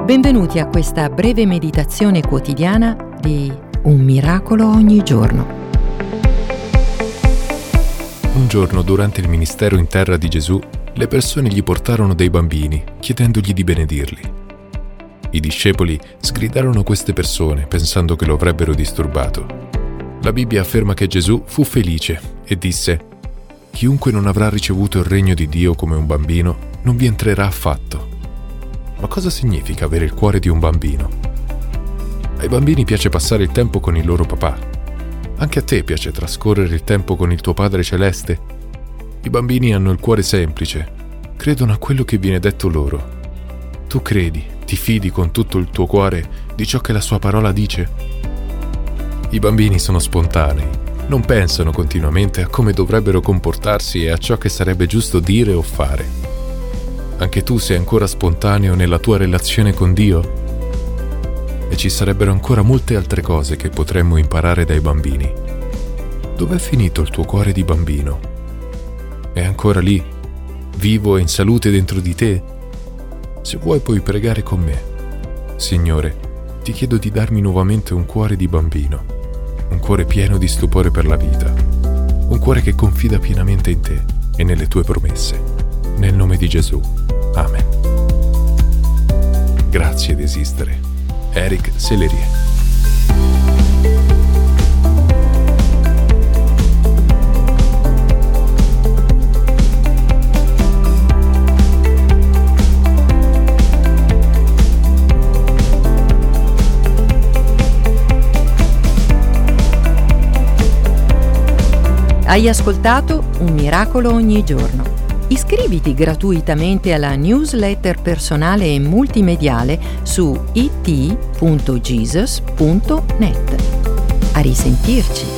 Benvenuti a questa breve meditazione quotidiana di Un miracolo ogni giorno. Un giorno, durante il ministero in terra di Gesù, le persone gli portarono dei bambini, chiedendogli di benedirli. I discepoli sgridarono queste persone, pensando che lo avrebbero disturbato. La Bibbia afferma che Gesù fu felice e disse: «Chiunque non avrà ricevuto il regno di Dio come un bambino, non vi entrerà affatto». Ma cosa significa avere il cuore di un bambino? Ai bambini piace passare il tempo con il loro papà. Anche a te piace trascorrere il tempo con il tuo Padre Celeste? I bambini hanno il cuore semplice, credono a quello che viene detto loro. Tu credi, ti fidi con tutto il tuo cuore di ciò che la sua parola dice? I bambini sono spontanei, non pensano continuamente a come dovrebbero comportarsi e a ciò che sarebbe giusto dire o fare. Anche tu sei ancora spontaneo nella tua relazione con Dio? E ci sarebbero ancora molte altre cose che potremmo imparare dai bambini. Dov'è finito il tuo cuore di bambino? È ancora lì, vivo e in salute dentro di te? Se vuoi puoi pregare con me. Signore, ti chiedo di darmi nuovamente un cuore di bambino, un cuore pieno di stupore per la vita, un cuore che confida pienamente in te e nelle tue promesse. Nel nome di Gesù. Amen. Grazie di esistere. Eric Sellerie. Hai ascoltato Un miracolo ogni giorno. Iscriviti gratuitamente alla newsletter personale e multimediale su it.jesus.net. A risentirci!